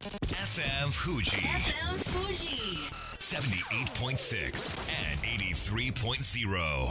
FM Fuji 78.6 and 83.0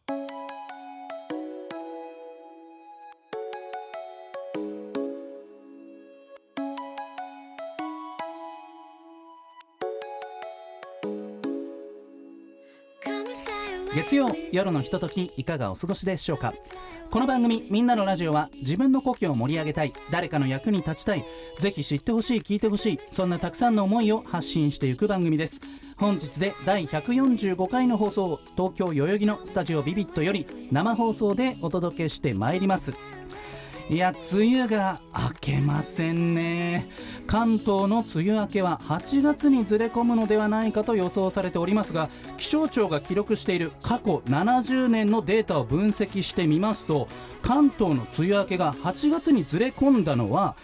月曜夜のひとときいかがお過ごしでしょうか。この番組みんなのラジオは自分の故郷を盛り上げたい、誰かの役に立ちたい、ぜひ知ってほしい、聞いてほしい、そんなたくさんの思いを発信していく番組です。本日で第145回の放送、東京代々木のスタジオビビットより生放送でお届けしてまいります。いや、梅雨が明けませんね。関東の梅雨明けは8月にずれ込むのではないかと予想されておりますが、気象庁が記録している過去70年のデータを分析してみますと、関東の梅雨明けが8月にずれ込んだのは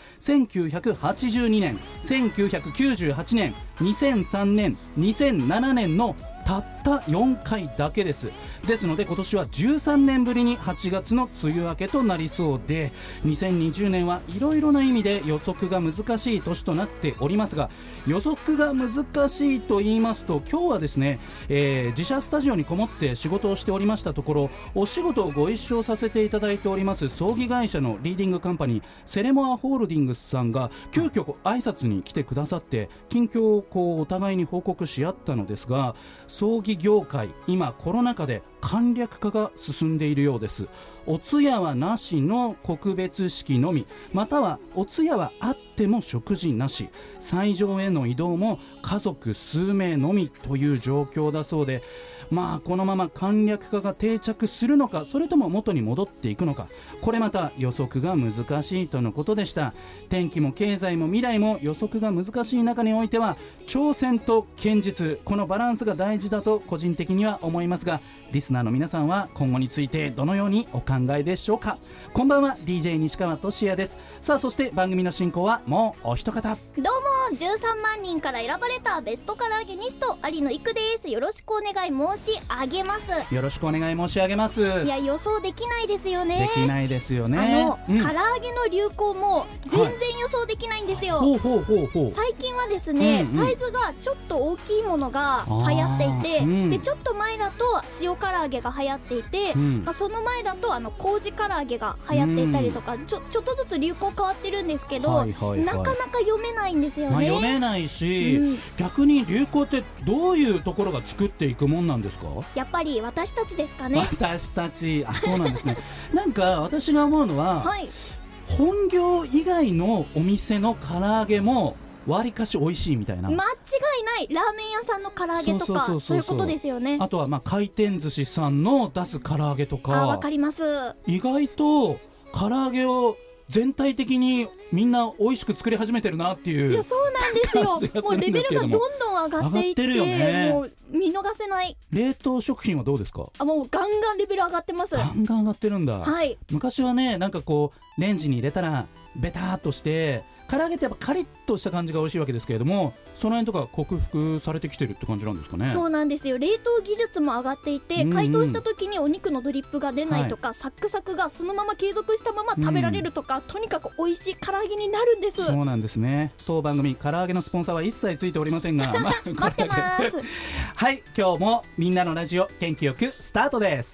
1982年、1998年、2003年、2007年のたった4回だけです。ですので今年は13年ぶりに8月の梅雨明けとなりそうで、2020年はいろいろな意味で予測が難しい年となっておりますが、予測が難しいと言いますと、今日はですね、自社スタジオにこもって仕事をしておりましたところ、お仕事をご一緒させていただいております葬儀会社のリーディングカンパニーセレモアホールディングスさんが急遽挨拶に来てくださって、近況をお互いに報告し合ったのですが、葬儀業界今コロナ禍で簡略化が進んでいるようです。お通夜はなしの告別式のみ、またはお通夜はあっても食事なし、斎場への移動も家族数名のみという状況だそうで、このまま簡略化が定着するのか、それとも元に戻っていくのか、これまた予測が難しいとのことでした。天気も経済も未来も予測が難しい中においては、挑戦と堅実、このバランスが大事だと個人的には思いますが、リスナーの皆さんは今後についてどのようにお考えでしょうか。こんばんは、 DJ 西川俊也です。さあ、そして番組の進行はもうお一方。 どうも、13万人から選ばれたベストカラーゲニスト有野育です。よろしくお願い申し上げます。 よろしくお願い申し上げます。 いや、予想できないですよね。 できないですよね。 唐揚げの流行も全然予想できないんですよ。最近はですね、サイズがちょっと大きいものが流行っていて、でちょっと前だと塩唐揚げが流行っていて、その前だと麹唐揚げが流行っていたりとか、ちょっとずつ流行変わってるんですけど、なかなか読めないんですよね。 読めないし、逆に流行ってどういうところが作っていくもんなんですか？ やっぱり私たちですかね。 私たち、そうなんですね。なんか私が思うのは、本業以外のお店の唐揚げもわりかし美味しいみたいな。 間違いない。ラーメン屋さんの唐揚げとか、そういうことですよね。 あとは回転寿司さんの出す唐揚げとか。 わかります。 意外と唐揚げを全体的にみんな美味しく作り始めてるなっていう。 いや、そうなんですよ。もうレベルがどんどん上がっていって、もう見逃せない。 冷凍食品はどうですか？ もうガンガンレベル上がってます。 ガンガン上がってるんだ。昔はね、なんかレンジに入れたらベターっとして唐揚げってやっぱカリッとした感じが美味しいわけですけれども、その辺とか克服されてきてるって感じなんですかね。 そうなんですよ。冷凍技術も上がっていて、解凍した時にお肉のドリップが出ないとか、サックサクがそのまま継続したまま食べられるとか、とにかく美味しい唐揚げになるんです。 そうなんですね。当番組唐揚げのスポンサーは一切ついておりませんが待ってますはい、今日もみんなのラジオ元気よくスタートです。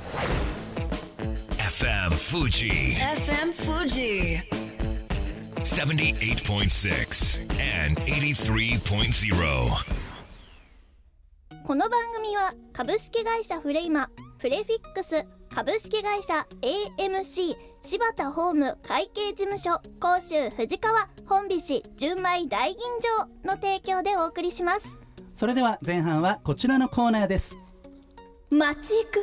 FM Fuji 78.6 and 83.0。 この番組は株式会社フレイマ、プレフィックス、株式会社 AMC、 柴田ホーム会計事務所、甲州藤川本菱純米大吟醸の提供でお送りします。 それでは前半はこちらのコーナーです。 街行く藤川のコ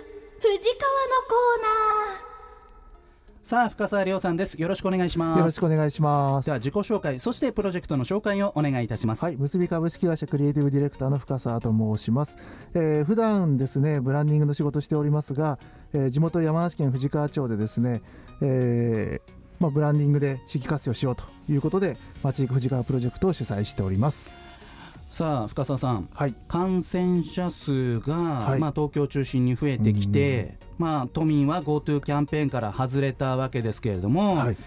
ーナー。 さあ、深澤亮さんです。よろしくお願いします。 よろしくお願いします。 では自己紹介、そしてプロジェクトの紹介をお願いいたします。 はい、結び株式会社クリエイティブディレクターの深澤と申します。普段ですね、ブランディングの仕事しておりますが、地元山梨県富士川町でですね、ブランディングで地域活用しようということで、街行く富士川プロジェクトを主催しております。 さあ、深澤さん、感染者数が、東京を中心に増えてきて、都民は GoTo キャンペーンから外れたわけですけれども、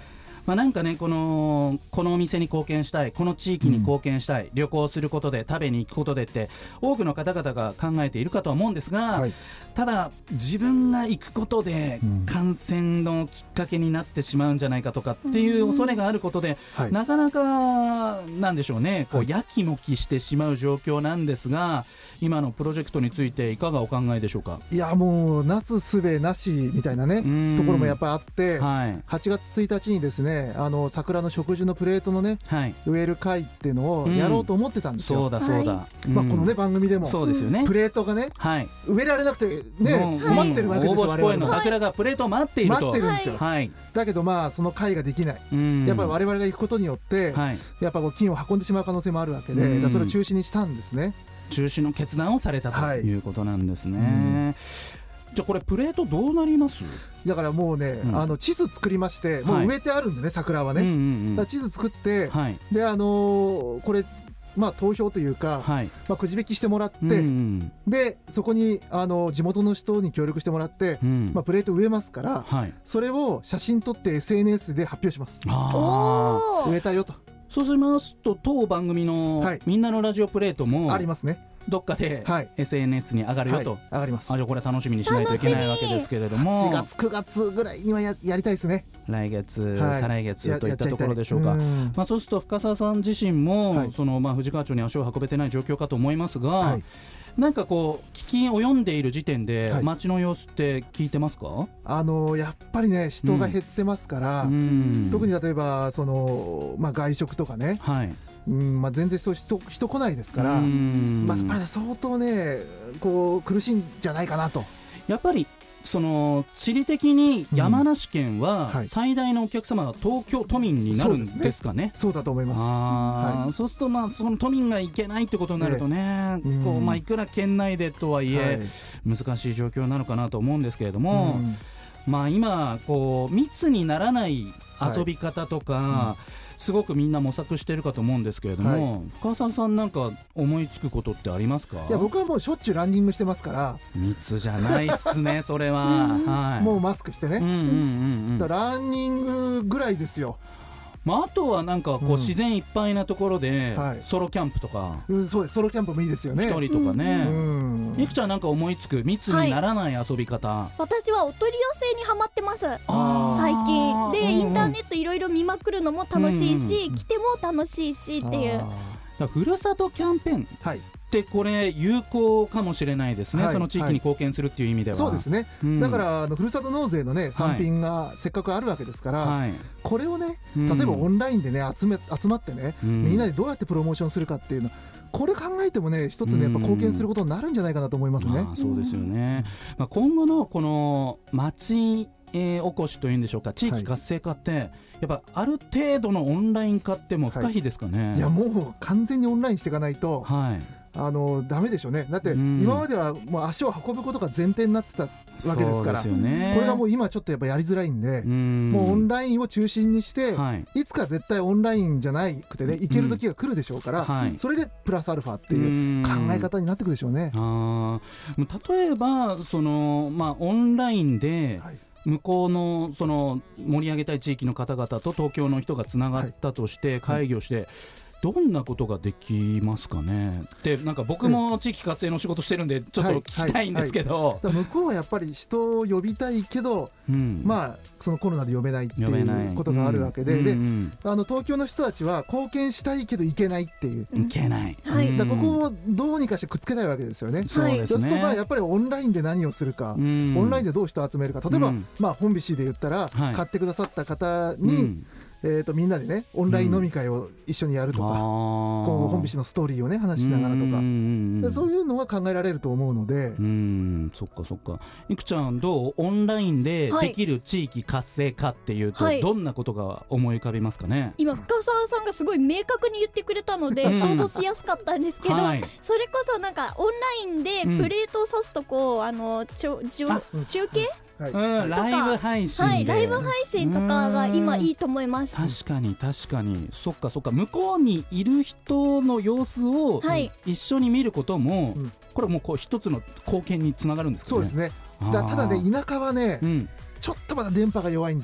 なんかねこのお店に貢献したい、この地域に貢献したい、旅行することで食べに行くことでって多くの方々が考えているかとは思うんですが、ただ自分が行くことで感染のきっかけになってしまうんじゃないかとかっていう恐れがあることで、なかなかなんでしょうね、こうやきもきしてしまう状況なんですが、今のプロジェクトについていかがお考えでしょうか。 いやもうなすすべなしみたいなねところもやっぱりあって、8月1日にですね桜の植樹のプレートのね、植える会っていうのをやろうと思ってたんですよ。 そうだそうだ、 このね番組でもそうですよね、 プレートがね、植えられなくてね待ってるわけですよ。 大星公園の桜がプレートを待っていると、 待ってるんですよ。だけどその会ができない、やっぱり我々が行くことによって、やっぱ菌を運んでしまう可能性もあるわけで、それを中止にしたんですね。 中止の決断をされたということなんですね。じゃあこれプレートどうなります？ だからもうね、地図作りまして、もう植えてあるんでね、桜はね、だから地図作って、でこれ投票というか、くじ引きしてもらって、でそこに地元の人に協力してもらって、プレート植えますから、それを写真撮って SNS で発表します。植えたよと。 そうしますと当番組のみんなのラジオプレートもありますね。 どっかで SNS に上がるよと、 上がります。 じゃあこれ楽しみにしないといけないわけですけれども、 8月9月ぐらいには やりたいですね。 来月、再来月といったところでしょうか。そうすると深澤さん自身も、藤川町に足を運べてない状況かと思いますが、なんかこう聞き及んでいる時点で街の様子って聞いてますか？ やっぱりね人が減ってますから、特に例えば外食とかね、全然人来ないですから、やっぱり相当ねこう苦しいんじゃないかなと。 やっぱり地理的に山梨県は最大のお客様が東京都民になるんですかね。 そうだと思います。 そうするとその都民が行けないってことになるとね、いくら県内でとはいえ難しい状況なのかなと思うんですけれども、今こう密にならない遊び方とか、すごくみんな模索してるかと思うんですけれども、深澤さんなんか思いつくことってありますか？ いや僕はもうしょっちゅうランニングしてますから。 密じゃないっすねそれは、 もうマスクしてね、ランニングぐらいですよ。 あとはなんかこう自然いっぱいなところでソロキャンプとか、 そうです、ソロキャンプもいいですよね。 一人とかね。いくちゃんなんか思いつく密にならない遊び方？ 私はお取り寄せにハマってます最近で、インターネットいろいろ見まくるのも楽しいし、来ても楽しいしっていう。 ふるさとキャンペーンってこれ有効かもしれないですね、その地域に貢献するっていう意味では。 そうですね、だからふるさと納税のね産品がせっかくあるわけですから、これをね例えばオンラインでね集まってね、みんなでどうやってプロモーションするかっていうの、これ考えてもね一つねやっぱ貢献することになるんじゃないかなと思いますね。 そうですよね。今後のこの町おこしというんでしょうか、地域活性化ってやっぱある程度のオンライン化ってもう不可避ですかね。 いやもう完全にオンラインしていかないと、ダメでしょうね。だって今まではもう足を運ぶことが前提になってたわけですから、これがもう今ちょっとやっぱやりづらいんで、もうオンラインを中心にして、いつか絶対オンラインじゃなくてね行ける時が来るでしょうから、それでプラスアルファっていう考え方になってくるでしょうね。 例えばオンラインで、向こうの盛り上げたい地域の方々と東京の人がつながったとして会議をして、どんなことができますかねってなんか僕も地域活性の仕事してるんでちょっと聞きたいんですけど、 向こうはやっぱり人を呼びたいけど、そのコロナで呼べないっていうことがあるわけで、東京の人たちは貢献したいけど行けないっていう、 行けない、 だからここをどうにかしてくっつけたいわけですよね。 そうですね。 やっぱりオンラインで何をするか、オンラインでどう人を集めるか、例えば、本菱で言ったら、買ってくださった方に、みんなでねオンライン飲み会を一緒にやるとか、本菱のストーリーをね話しながらとか、そういうのは考えられると思うので。 そっかそっか。いくちゃんどう、オンラインでできる地域活性化っていうと、どんなことが思い浮かびますかね？ 今深澤さんがすごい明確に言ってくれたので想像しやすかったんですけど、それこそなんかオンラインでプレートを刺すとこう中継ライブ配信で、 ライブ配信とかが今いいと思います。 確かに確かに、そっかそっか。向こうにいる人の様子を一緒に見ることも、これもう一つの貢献につながるんですかね？ そうですね。ただね田舎はね、ちょっとまだ電波が弱いんですよ。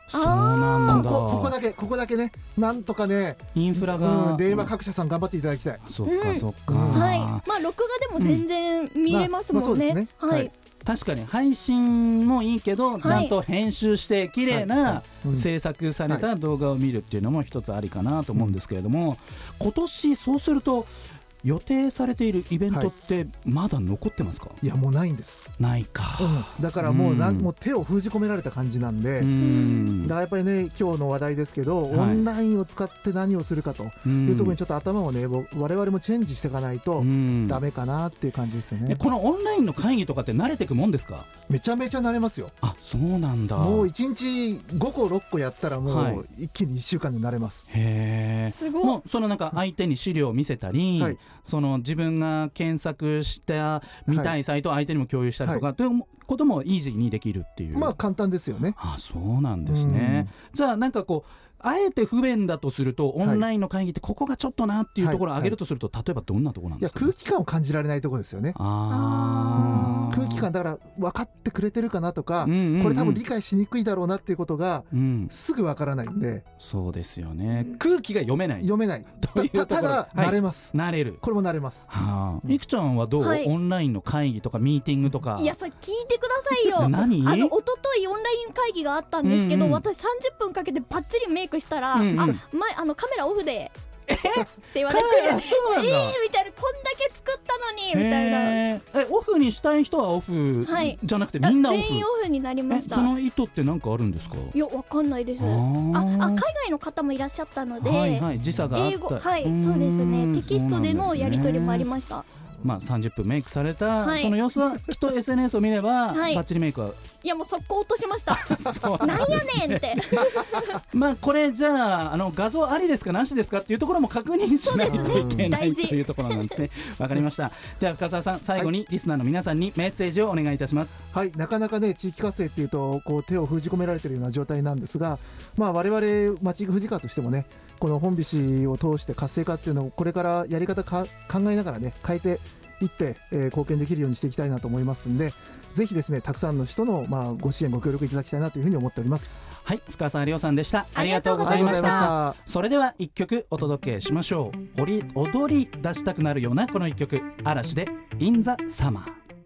そうなんだ。 ここだけね、なんとかね、 インフラが、 電話各社さん頑張っていただきたい。 そっかそっか、 はい、まあ録画でも全然見れますもんね。はい。 確かに配信もいいけど、ちゃんと編集して綺麗な制作された動画を見るっていうのも一つありかなと思うんですけれども、今年そうすると予定されているイベントってまだ残ってますか？ いや、もうないんです。 ないか、 だからもう手を封じ込められた感じなんで、だからやっぱりね、今日の話題ですけど、オンラインを使って何をするかというところにちょっと頭をね、我々もチェンジしていかないとダメかなっていう感じですよね。 このオンラインの会議とかって慣れていくもんですか？ めちゃめちゃ慣れますよ。 あ、そうなんだ。 もう1日5個6個やったらもう一気に1週間で慣れます。 へー、すごい。もうそのなんか相手に資料を見せたり、その自分が検索した見たいサイトを相手にも共有したりとか、ということもイージーにできるっていう。 まあ簡単ですよね。 あ、そうなんですね。じゃあなんかこうあえて不便だとすると、オンラインの会議ってここがちょっとなっていうところを挙げるとすると、例えばどんなところなんですか？ いや、空気感を感じられないところですよね。空気感だから分かってくれてるかなとか、これ多分理解しにくいだろうなっていうことがすぐ分からないんで、 そうですよね。空気が読めないというところ。 ただ慣れます。 慣れる。 これも慣れます。 いくちゃんはどう？オンラインの会議とかミーティングとか。 いや、それ聞いてくださいよ。 何？ 一昨日オンライン会議があったんですけど、私30分かけてバッチリメイクしたら、カメラオフでって言われて、 そうなんだ。 みたいな、こんだけ作ったのにみたいな。 オフにしたい人はオフじゃなくてみんなオフ？ 全員オフになりました。 その意図って何かあるんですか？ いや、わかんないです。海外の方もいらっしゃったので、 時差があった。 英語、そうですね。テキストでのやり取りもありました。 まあ30分メイクされたその様子はきっと SNS を見ればバッチリメイクは、 いや、もう速攻落としました。なんやねんって。 まあこれじゃあ画像ありですかなしですかっていうところも確認しないといけないというところなんですね。わかりました。では深澤さん、最後にリスナーの皆さんにメッセージをお願いいたします。 はい、なかなかね、地域活性っていうとこう手を封じ込められているような状態なんですが、まあ我々町富士川としてもね、この本菱を通して活性化っていうのをこれからやり方考えながらね、変えていって、貢献できるようにしていきたいなと思いますんで、ぜひですね、たくさんの人の、ご支援ご協力いただきたいなというふうに思っております。 はい、深澤亮さんでした。ありがとうございました。それでは一曲お届けしましょう。踊り出したくなるようなこの一曲、嵐で In the Summer。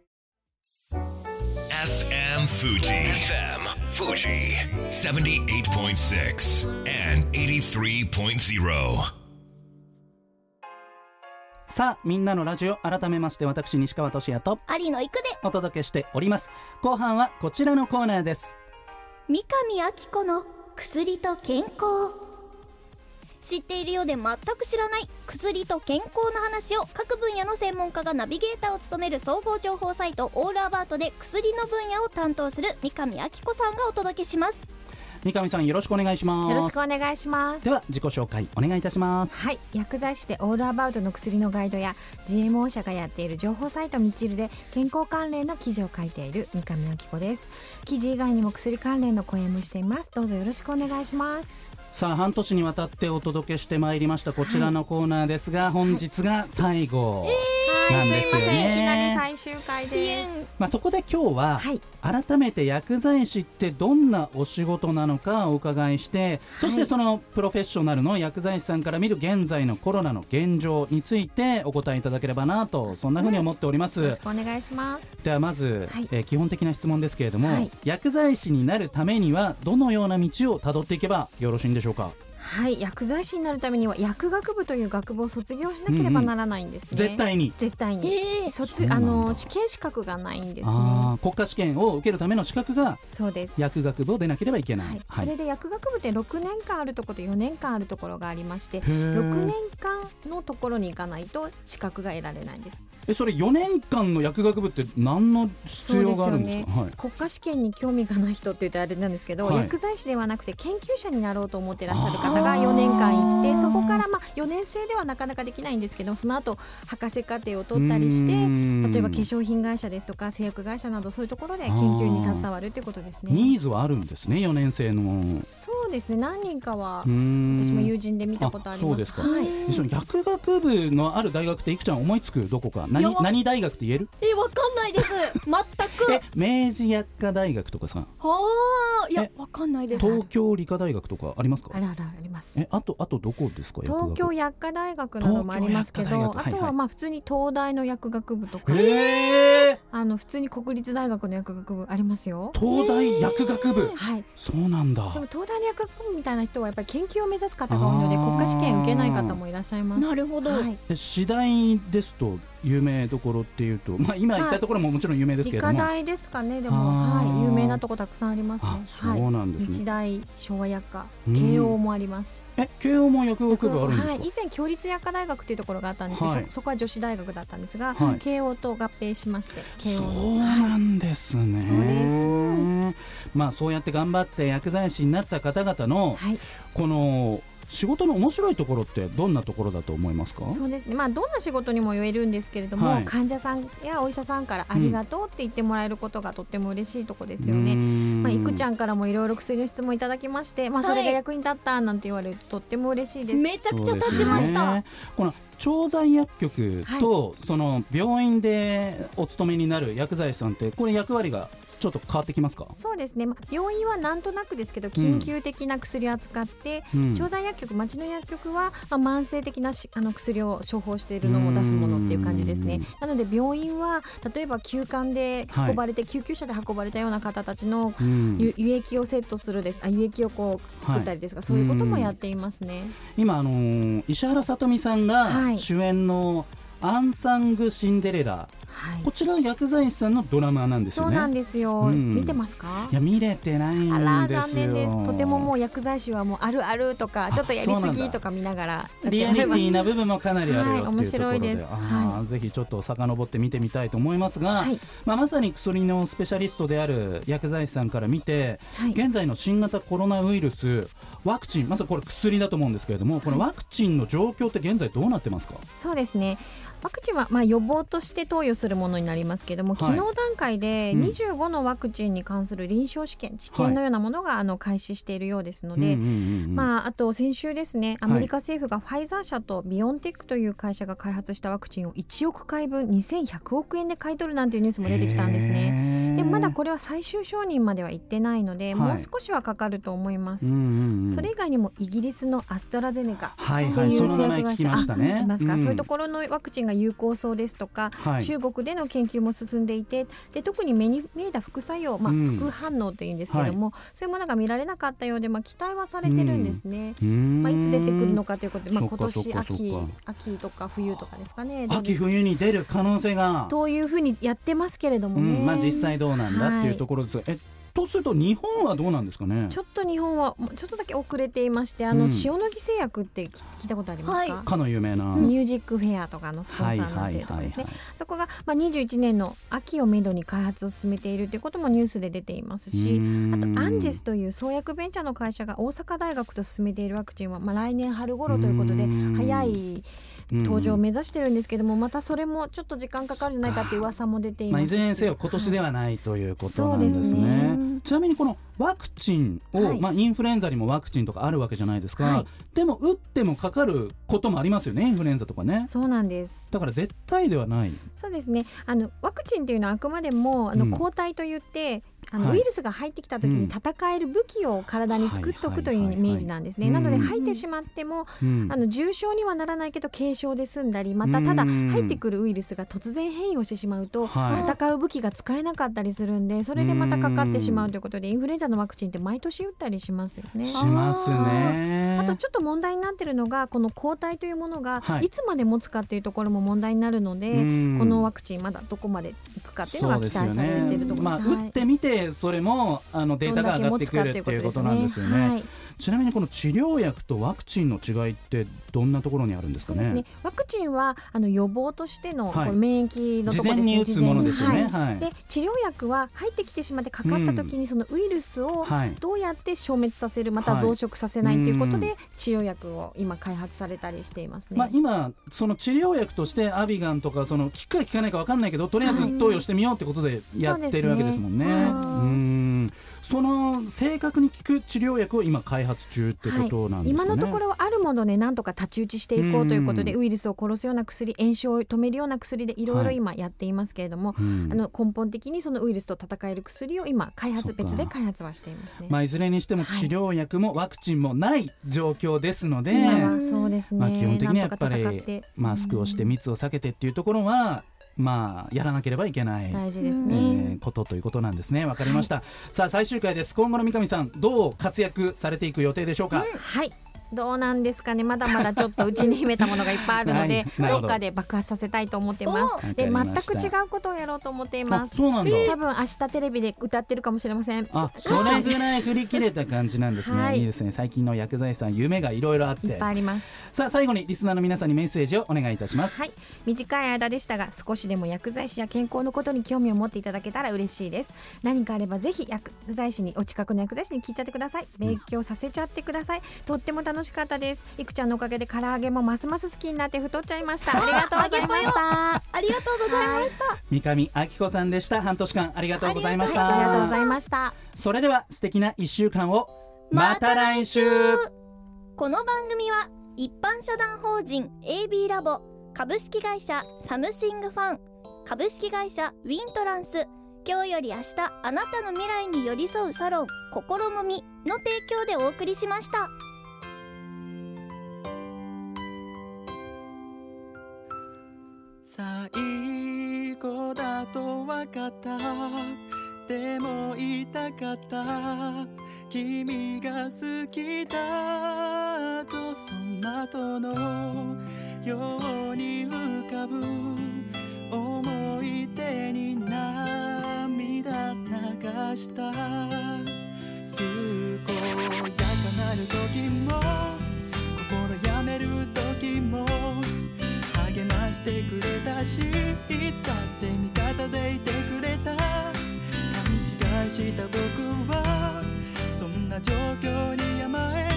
FM Fuji 78.6 and 83.0。 さあ、みんなのラジオ、改めまして私西川俊也と有野育でお届けしております。後半はこちらのコーナーです。 三上明子の薬と健康。知っているようで全く知らない薬と健康の話を各分野の専門家がナビゲーターを務める総合情報サイトオールアバウトで薬の分野を担当する三上明子さんがお届けします。 三上さん、よろしくお願いします。 よろしくお願いします。 では自己紹介お願いいたします。 はい、薬剤師でオールアバウトの薬のガイドや GMO 社がやっている情報サイトみちるで健康関連の記事を書いている三上明子です。記事以外にも薬関連の講演もしています。どうぞよろしくお願いします。 さあ、半年にわたってお届けしてまいりましたこちらのコーナーですが、本日が最後なんですよね。 すいません、いきなり最終回です。 そこで今日は、改めて薬剤師ってどんなお仕事なのかお伺いして、そしてそのプロフェッショナルの薬剤師さんから見る現在のコロナの現状についてお答えいただければなと、そんなふうに思っております。 よろしくお願いします。 ではまず、基本的な質問ですけれども、薬剤師になるためにはどのような道をたどっていけばよろしいんでしょうか？ はい、薬剤師になるためには薬学部という学部を卒業しなければならないんですね。 絶対に試験資格がないんですね。 国家試験を受けるための資格がそうです。 薬学部を出なければいけない。 それで薬学部って6年間あるところと4年間あるところがありまして、6年間のところに行かないと資格が得られないんです。 それ4年間の薬学部って何の必要があるんですか？ 国家試験に興味がない人って言うとあれなんですけど、薬剤師ではなくて研究者になろうと思っていらっしゃる方方が4年間行って、そこから4年生ではなかなかできないんですけど、その後博士課程を取ったりして、例えば化粧品会社ですとか製薬会社などそういうところで研究に携わるということですね。 ニーズはあるんですね、4年生の。 そうですね、何人かは私も友人で見たことあります。 そうですか、 はい、 薬学部のある大学っていくちゃん思いつく？どこか何大学って言える？ わかんないです全く明治薬科大学とかさ。 いやわかんないです。 東京理科大学とかありますか？ あります。 あとどこですか？ 東京薬科大学などもありますけど、あとは普通に東大の薬学部とか、普通に国立大学の薬学部ありますよ。 東大薬学部、 はい、 そうなんだ。 でも東大の薬学部みたいな人はやっぱり研究を目指す方が多いので、国家試験受けない方もいらっしゃいます。 なるほど、 私大ですと有名どころっていうと、今言ったところももちろん有名ですけれども、 理科大ですかね。でも、有名なとこたくさんありますね。 そうなんですね。 日大、昭和薬科、慶応もあります。 慶応も薬学部あるんですか？ 以前共立薬科大学っていうところがあったんですけど、そこは女子大学だったんですが、慶応と合併しまして、慶応。 そうなんですね。 そうです。 そうやって頑張って薬剤師になった方々の、この仕事の面白いところってどんなところだと思いますか？ そうですね、どんな仕事にも言えるんですけれども、患者さんやお医者さんからありがとうって言ってもらえることがとっても嬉しいところですよね。いくちゃんからもいろいろ薬の質問いただきまして、それが役に立ったなんて言われるととっても嬉しいです。 めちゃくちゃ立ちました。 この調剤薬局と、その病院でお勤めになる薬剤師さんって、これ役割がちょっと変わってきますか？ そうですね、病院はなんとなくですけど緊急的な薬を扱って、調剤薬局、町の薬局は、慢性的な薬を処方しているのを出すものっていう感じですね。なので病院は例えば急患で運ばれて、救急車で運ばれたような方たちの輸液をセットする輸液を作ったりですか、そういうこともやっていますね。 今石原さとみさんが主演のアンサングシンデレラ、こちらは薬剤師さんのドラマなんですよね。 そうなんですよ、見てますか？ いや、見れてないんですよ。 残念です。とてももう薬剤師はもうあるあるとかちょっとやりすぎとか見ながらリアリティな部分もかなりあるよっていうところで、 面白いです。 ぜひちょっと遡って見てみたいと思いますが、まさに薬のスペシャリストである薬剤師さんから見て、現在の新型コロナウイルスワクチン、まさにこれ薬だと思うんですけれども、このワクチンの状況って現在どうなってますか？ そうですね、ワクチンは予防として投与するものになりますけれども、昨日段階で25のワクチンに関する臨床試験、治験のようなものが開始しているようですので、あと先週ですね、アメリカ政府がファイザー社とビオンテックという会社が開発したワクチンを1億回分2100億円で買い取るなんていうニュースも出てきたんですね。でまだこれは最終承認までは行ってないので、もう少しはかかると思います。それ以外にもイギリスのアストラゼネカっていう製薬会社そういうところのワクチンが有効そうですとか、中国での研究も進んでいて、で特に目に見えた副作用、副反応というんですけれども、そういうものが見られなかったようで、期待はされてるんですね。いつ出てくるのかということで、今年秋とか冬とかですかね。 秋冬に出る可能性がというふうにやってますけれどもね、 実際どうなんだっていうところですが、とすると日本はどうなんですかね？ ちょっと日本はちょっとだけ遅れていまして、塩野義製薬って聞いたことありますか？ かの有名なミュージックフェアとかのスポンサーになっているところですね。そこが21年の秋をめどに開発を進めているということもニュースで出ていますし、あとアンジェスという創薬ベンチャーの会社が大阪大学と進めているワクチンは、来年春頃ということで早い登場を目指してるんですけども、またそれもちょっと時間かかるんじゃないかっていう噂も出ていますし、 いずれにせよ今年ではないということなんですね。ちなみにこのワクチンを、インフルエンザにもワクチンとかあるわけじゃないですか、でも打ってもかかることもありますよね、インフルエンザとかね。 そうなんです。 だから絶対ではない。 そうですね、ワクチンというのはあくまでも抗体といってウイルスが入ってきた時に戦える武器を体に作っておくというイメージなんですね。なので入ってしまっても、重症にはならないけど軽症で済んだり、またただ入ってくるウイルスが突然変異をしてしまうと、戦う武器が使えなかったりするんで、それでまたかかってしまうということで、インフルエンザのワクチンって毎年打ったりしますよね。 しますね。 あとちょっと問題になっているのが、この抗体というものがいつまで持つかっていうところも問題になるので、このワクチンまだどこまでいくかっていうのが期待されているところです。 打ってみてそれもデータが上がってくるっていうことなんですよね。 ちなみにこの治療薬とワクチンの違いってどんなところにあるんですかね。 そうですね、ワクチンは予防としての、 はい、 免疫のところですね。 事前に打つものですよね。はい、 で治療薬は入ってきてしまってかかった時にそのウイルスをどうやって消滅させる、また増殖させないということで、治療薬を今開発されたりしていますね。 今その治療薬としてアビガンとかその効くか効かないか分かんないけどとりあえず投与してみようってことでやってるわけですもんね。その正確に効く治療薬を今開発中ってことなんですね。 今のところはあるものでなんとか太刀打ちしていこうということで、ウイルスを殺すような薬、炎症を止めるような薬でいろいろ今やっていますけれども、根本的にそのウイルスと戦える薬を今別で開発はしていますね。 いずれにしても治療薬もワクチンもない状況ですので、 今はそうですね、 基本的にはやっぱりマスクをして密を避けてっていうところはやらなければいけない大事ですね、 ことということなんですね。わかりました、さあ最終回です。今後の三上さんどう活躍されていく予定でしょうか。 はい、どうなんですかね。まだまだちょっとうちに秘めたものがいっぱいあるのでどっかで爆発させたいと思っています。で全く違うことをやろうと思っています。 そうなんだ。 多分明日テレビで歌ってるかもしれません。 それぐらい振り切れた感じなんですね、いいですね。最近の薬剤師さん夢がいろいろあっていっぱいあります。 さあ最後にリスナーの皆さんにメッセージをお願いいたします。 はい、短い間でしたが少しでも薬剤師や健康のことに興味を持っていただけたら嬉しいです。何かあればぜひ薬剤師にお近くの薬剤師に聞いちゃってください。勉強させちゃってください。とっても楽しかったです。いくちゃんのおかげで唐揚げもますます好きになって太っちゃいました。ありがとうございました。 ありがとうございました。 三上明子さんでした。半年間ありがとうございました。 ありがとうございました。 それでは素敵な1週間を。また来週。 この番組は一般社団法人 AB ラボ、株式会社サムシングファン、株式会社ウィントランス、今日より明日あなたの未来に寄り添うサロン心もみの提供でお送りしました。 最後だと分かった、でも言いたかった、君が好きだとその後のように浮かぶ思い出に涙流した。健やかなる時も心やめる時も励ましてくれたし、いつだって味方でいてくれた。勘違いした僕はそんな状況に甘え